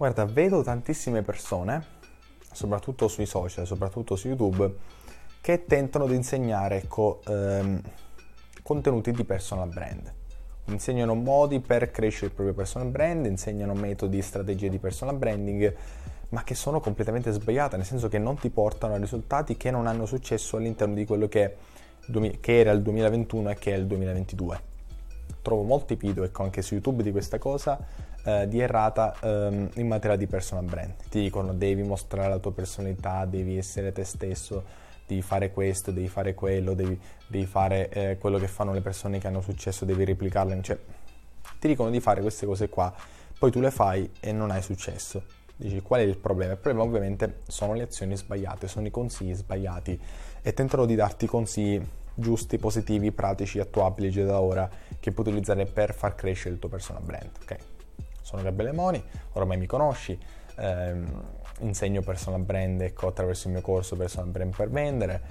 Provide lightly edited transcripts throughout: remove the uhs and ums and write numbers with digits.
Guarda, vedo tantissime persone, soprattutto sui social, soprattutto su YouTube, che tentano di insegnare, contenuti di personal brand. Insegnano modi per crescere il proprio personal brand, insegnano metodi, strategie di personal branding, ma che sono completamente sbagliate, nel senso che non ti portano a risultati che non hanno successo all'interno di quello che era il 2021 e che è il 2022. Trovo molti video, anche su YouTube, di questa cosa, di errata in materia di personal brand. Ti dicono: devi mostrare la tua personalità, devi essere te stesso, devi fare questo, devi fare quello, devi fare quello che fanno le persone che hanno successo, devi replicarle. Cioè, ti dicono di fare queste cose qua, poi tu le fai e non hai successo. Dici, qual è il problema? Il problema ovviamente sono le azioni sbagliate, sono i consigli sbagliati, e tenterò di darti consigli giusti, positivi, pratici, attuabili già da ora, che puoi utilizzare per far crescere il tuo personal brand. Ok? Sono Gabriele Moni, ormai mi conosci, insegno personal brand attraverso il mio corso Personal Brand per Vendere,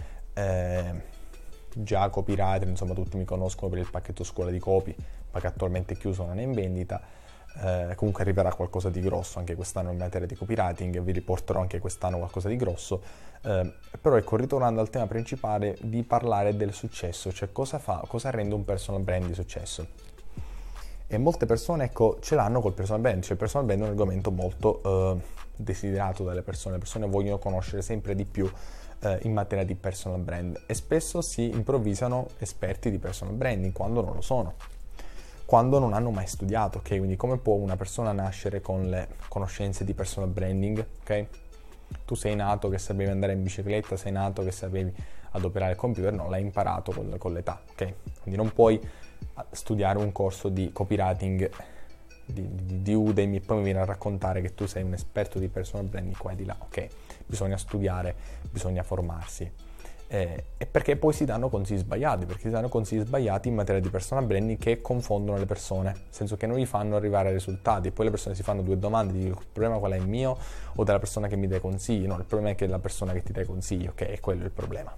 già copywriter, insomma tutti mi conoscono per il pacchetto scuola di copy, ma che attualmente è chiuso, non è in vendita. Comunque arriverà qualcosa di grosso anche quest'anno in materia di copywriting, vi riporterò anche quest'anno qualcosa di grosso, però ecco, ritornando al tema principale, di parlare del successo, cioè cosa rende un personal brand di successo. E molte persone, ecco, ce l'hanno col personal brand, cioè il personal brand è un argomento molto desiderato dalle persone. Le persone vogliono conoscere sempre di più in materia di personal brand, e spesso si improvvisano esperti di personal branding quando non lo sono, quando non hanno mai studiato, ok? Quindi come può una persona nascere con le conoscenze di personal branding, ok? Tu sei nato che sapevi andare in bicicletta, sei nato che sapevi adoperare il computer, no, l'hai imparato con l'età, ok? Quindi non puoi studiare un corso di copywriting di Udemy e poi mi viene a raccontare che tu sei un esperto di personal branding qua e di là, ok? Bisogna studiare, bisogna formarsi. E perché poi si danno consigli sbagliati, in materia di personal branding che confondono le persone, nel senso che non gli fanno arrivare ai risultati. Poi le persone si fanno due domande: il problema qual è, il mio o della persona che mi dà consigli? No, il problema è che è la persona che ti dà consigli, ok? È quello il problema.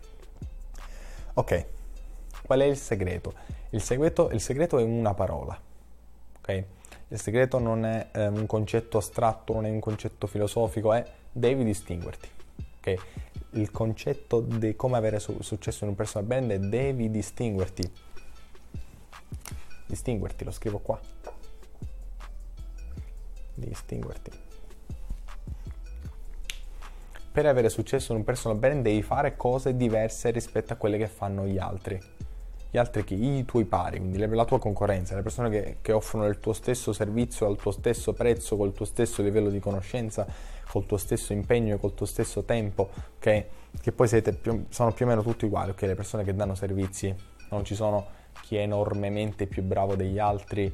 Ok, qual è il segreto? Il segreto è una parola, ok? Il segreto non è un concetto astratto, non è un concetto filosofico, è devi distinguerti, ok? Il concetto di come avere successo in un personal brand è devi distinguerti, lo scrivo qua, distinguerti. Per avere successo in un personal brand devi fare cose diverse rispetto a quelle che fanno gli altri. Gli altri chi? I tuoi pari, quindi la tua concorrenza, le persone che offrono il tuo stesso servizio al tuo stesso prezzo, col tuo stesso livello di conoscenza, col tuo stesso impegno, col tuo stesso tempo, ok? Che poi sono più o meno tutti uguali, ok? Le persone che danno servizi, non ci sono chi è enormemente più bravo degli altri,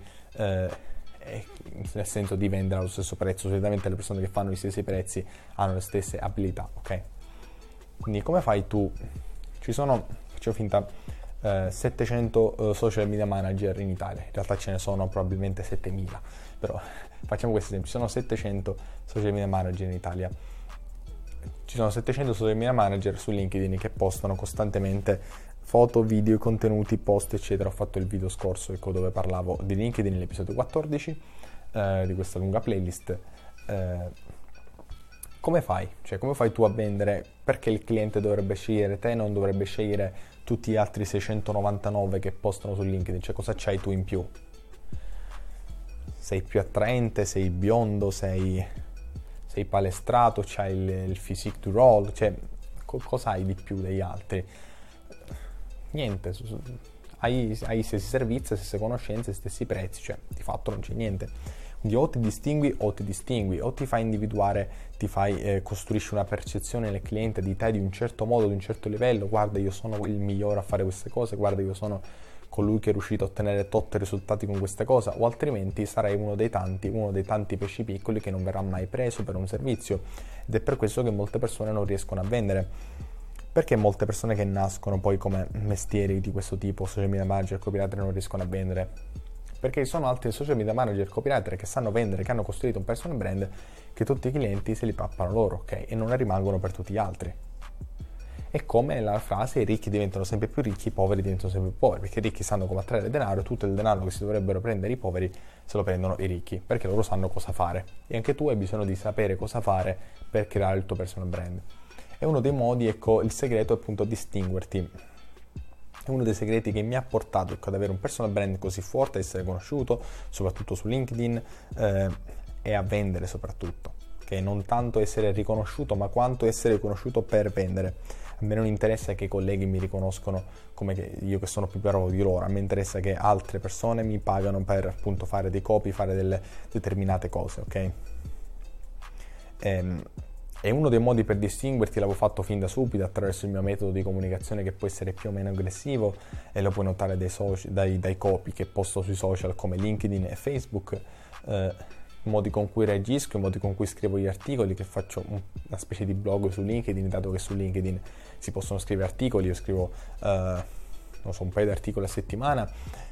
nel senso di vendere allo stesso prezzo. Solitamente le persone che fanno gli stessi prezzi hanno le stesse abilità, ok? Quindi come fai tu? Ci sono, faccio finta, 700 social media manager in Italia, in realtà ce ne sono probabilmente 7000, però facciamo questo esempio: ci sono 700 social media manager in Italia, ci sono 700 social media manager su LinkedIn che postano costantemente foto, video, contenuti, post eccetera. Ho fatto il video scorso, ecco, dove parlavo di LinkedIn nell'episodio 14 di questa lunga playlist. Come fai? Cioè, come fai tu a vendere? Perché il cliente dovrebbe scegliere te, non dovrebbe scegliere tutti gli altri 699 che postano su LinkedIn? Cioè, cosa c'hai tu in più? Sei più attraente, sei biondo, sei palestrato, c'hai il physique du role, cioè cosa hai di più degli altri? Niente, hai gli stessi servizi, le stesse conoscenze, gli stessi prezzi, cioè di fatto non c'è niente. Quindi o ti distingui, o ti fai individuare, costruisci una percezione nel cliente di te di un certo modo, di un certo livello. Guarda, io sono il migliore a fare queste cose, guarda, io sono colui che è riuscito a ottenere tot risultati con questa cosa, o altrimenti sarai uno dei tanti pesci piccoli che non verrà mai preso per un servizio. Ed è per questo che molte persone non riescono a vendere. Perché molte persone che nascono poi come mestieri di questo tipo, social media manager, copywriter, non riescono a vendere? Perché ci sono altri social media manager, copywriter che sanno vendere, che hanno costruito un personal brand, che tutti i clienti se li pappano loro, ok? E non ne rimangono per tutti gli altri. è come la frase i ricchi diventano sempre più ricchi, i poveri diventano sempre più poveri, perché i ricchi sanno come attrarre denaro e tutto il denaro che si dovrebbero prendere i poveri se lo prendono i ricchi, perché loro sanno cosa fare. E anche tu hai bisogno di sapere cosa fare per creare il tuo personal brand. E uno dei modi, ecco, il segreto è appunto distinguerti. È uno dei segreti che mi ha portato, ecco, ad avere un personal brand così forte, ad essere conosciuto, soprattutto su LinkedIn, e a vendere soprattutto. Okay? Non tanto essere riconosciuto, ma quanto essere conosciuto per vendere. A me non interessa che i colleghi mi riconoscono come io che sono più bravo di loro, a me interessa che altre persone mi pagano per appunto fare dei copy, fare delle determinate cose, ok? E uno dei modi per distinguerti l'avevo fatto fin da subito attraverso il mio metodo di comunicazione, che può essere più o meno aggressivo, e lo puoi notare dai copy che posto sui social come LinkedIn e Facebook, i modi con cui reagisco, i modi con cui scrivo gli articoli, che faccio una specie di blog su LinkedIn, dato che su LinkedIn si possono scrivere articoli, io scrivo non so, un paio di articoli a settimana,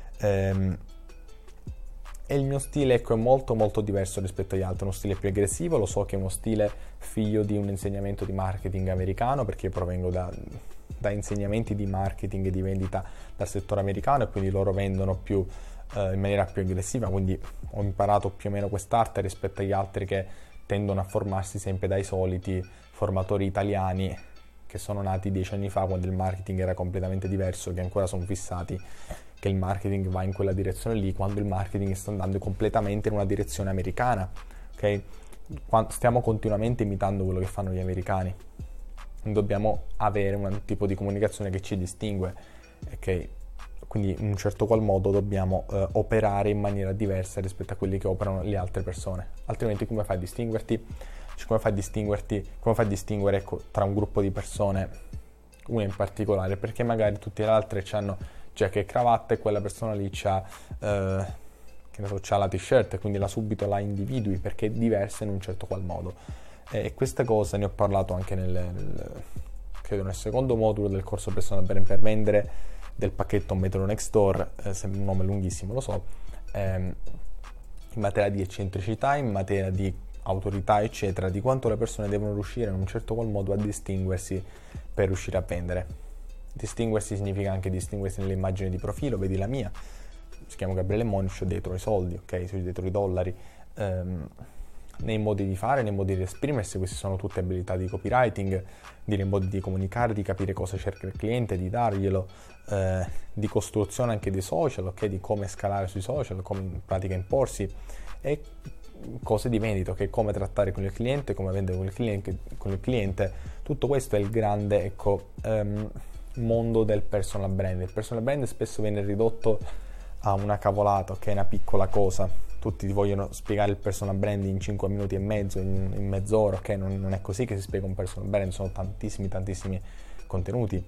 e il mio stile, ecco, è molto molto diverso rispetto agli altri, uno stile più aggressivo. Lo so che è uno stile figlio di un insegnamento di marketing americano, perché io provengo da insegnamenti di marketing e di vendita dal settore americano, e quindi loro vendono più in maniera più aggressiva, quindi ho imparato più o meno quest'arte rispetto agli altri che tendono a formarsi sempre dai soliti formatori italiani che sono nati 10 anni fa, quando il marketing era completamente diverso, che ancora sono fissati che il marketing va in quella direzione lì, quando il marketing sta andando completamente in una direzione americana, ok? Stiamo continuamente imitando quello che fanno gli americani, dobbiamo avere un tipo di comunicazione che ci distingue, ok? Quindi in un certo qual modo dobbiamo operare in maniera diversa rispetto a quelli che operano le altre persone, altrimenti come fai a distinguerti? Come fai a distinguere, ecco, tra un gruppo di persone, una in particolare, perché magari tutte le altre hanno giacca e cravatta e quella persona lì c'ha la t-shirt, e quindi subito la individui perché è diversa in un certo qual modo. E questa cosa ne ho parlato anche credo nel secondo modulo del corso personal brand per vendere del pacchetto Metodo Next Door, un nome lunghissimo, lo so, in materia di eccentricità, in materia di autorità, eccetera, di quanto le persone devono riuscire in un certo qual modo a distinguersi per riuscire a vendere. Distinguersi significa anche distinguersi nell'immagine di profilo, vedi la mia, si chiama Gabriele Monic, dietro i soldi, ok, dietro i dollari, nei modi di fare, nei modi di esprimersi. Queste sono tutte abilità di copywriting, nei modi di comunicare, di capire cosa cerca il cliente, di darglielo, di costruzione anche dei social, ok, di come scalare sui social, come in pratica imporsi, e cose di vendita, ok, come trattare con il cliente, come vendere con il cliente. Tutto questo è il grande, ecco, mondo del personal brand. Il personal brand spesso viene ridotto a una cavolata, ok, una piccola cosa. Tutti ti vogliono spiegare il personal brand in 5 minuti e mezzo, in mezz'ora, ok? Non è così che si spiega un personal brand, sono tantissimi contenuti,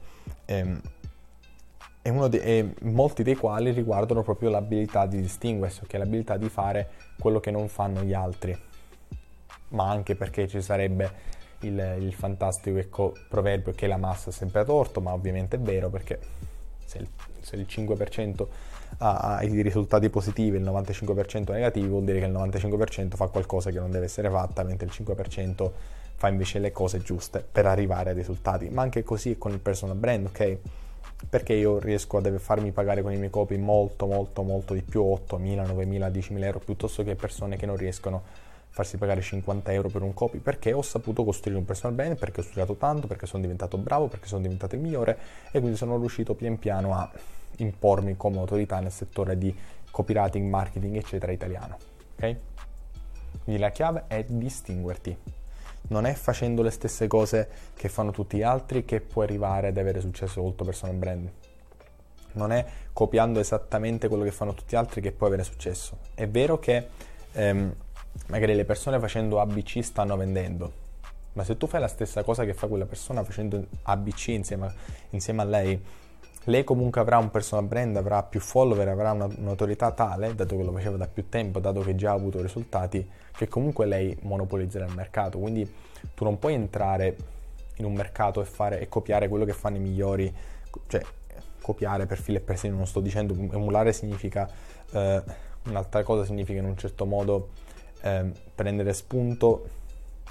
e molti dei quali riguardano proprio l'abilità di distinguersi, ok? L'abilità di fare quello che non fanno gli altri, ma anche perché ci sarebbe il fantastico, ecco, proverbio che la massa è sempre a torto, ma ovviamente è vero, perché se il 5% ha i risultati positivi e il 95% negativi, vuol dire che il 95% fa qualcosa che non deve essere fatta, mentre il 5% fa invece le cose giuste per arrivare ai risultati. Ma anche così con il personal brand, ok? Perché io riesco a farmi pagare con i miei copy molto di più, 8.000, 9.000, 10.000 euro, piuttosto che persone che non riescono a farsi pagare 50 euro per un copy, perché ho saputo costruire un personal brand, perché ho studiato tanto, perché sono diventato bravo, perché sono diventato il migliore, e quindi sono riuscito pian piano a impormi come autorità nel settore di copywriting, marketing, eccetera, italiano, ok? Quindi la chiave è distinguerti. Non è facendo le stesse cose che fanno tutti gli altri che puoi arrivare ad avere successo col tuo personal brand. Non è copiando esattamente quello che fanno tutti gli altri che puoi avere successo. È vero che magari le persone facendo ABC stanno vendendo, ma se tu fai la stessa cosa che fa quella persona facendo ABC insieme a lei comunque avrà un personal brand, avrà più follower, avrà un'autorità tale, dato che lo faceva da più tempo, dato che già ha avuto risultati, che comunque lei monopolizzerà il mercato. Quindi tu non puoi entrare in un mercato e copiare quello che fanno i migliori, cioè copiare per filo e per segno. Non sto dicendo, emulare significa un'altra cosa, significa in un certo modo prendere spunto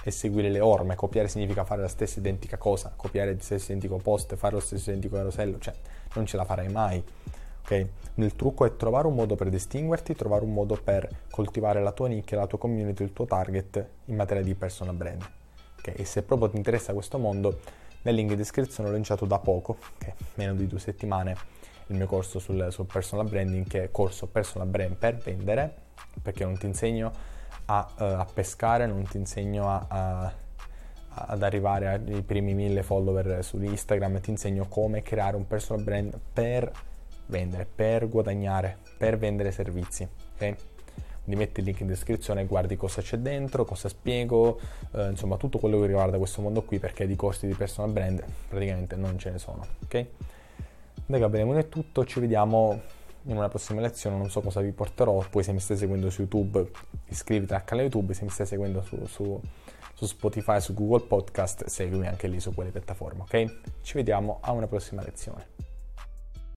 e seguire le orme. Copiare significa fare la stessa identica cosa, copiare il stesso identico post, fare lo stesso identico carosello, cioè non ce la farai mai. Okay? Il trucco è trovare un modo per distinguerti, trovare un modo per coltivare la tua nicchia, la tua community, il tuo target in materia di personal brand. Okay? E se proprio ti interessa questo mondo, nel link in descrizione ho lanciato da poco, meno di 2 settimane, il mio corso sul personal branding, che è corso personal brand per vendere, perché non ti insegno a pescare, non ti insegno ad arrivare ai primi 1000 follower su Instagram, ti insegno come creare un personal brand per vendere, per guadagnare, per vendere servizi, ok? Quindi metti il link in descrizione e guardi cosa c'è dentro, cosa spiego, insomma tutto quello che riguarda questo mondo qui, perché di corsi di personal brand praticamente non ce ne sono, ok? Da Gabriele è tutto, ci vediamo in una prossima lezione, non so cosa vi porterò. Poi se mi stai seguendo su YouTube iscriviti al canale YouTube, se mi stai seguendo su Spotify, su Google Podcast, seguimi anche lì su quelle piattaforme, ok? Ci vediamo a una prossima lezione.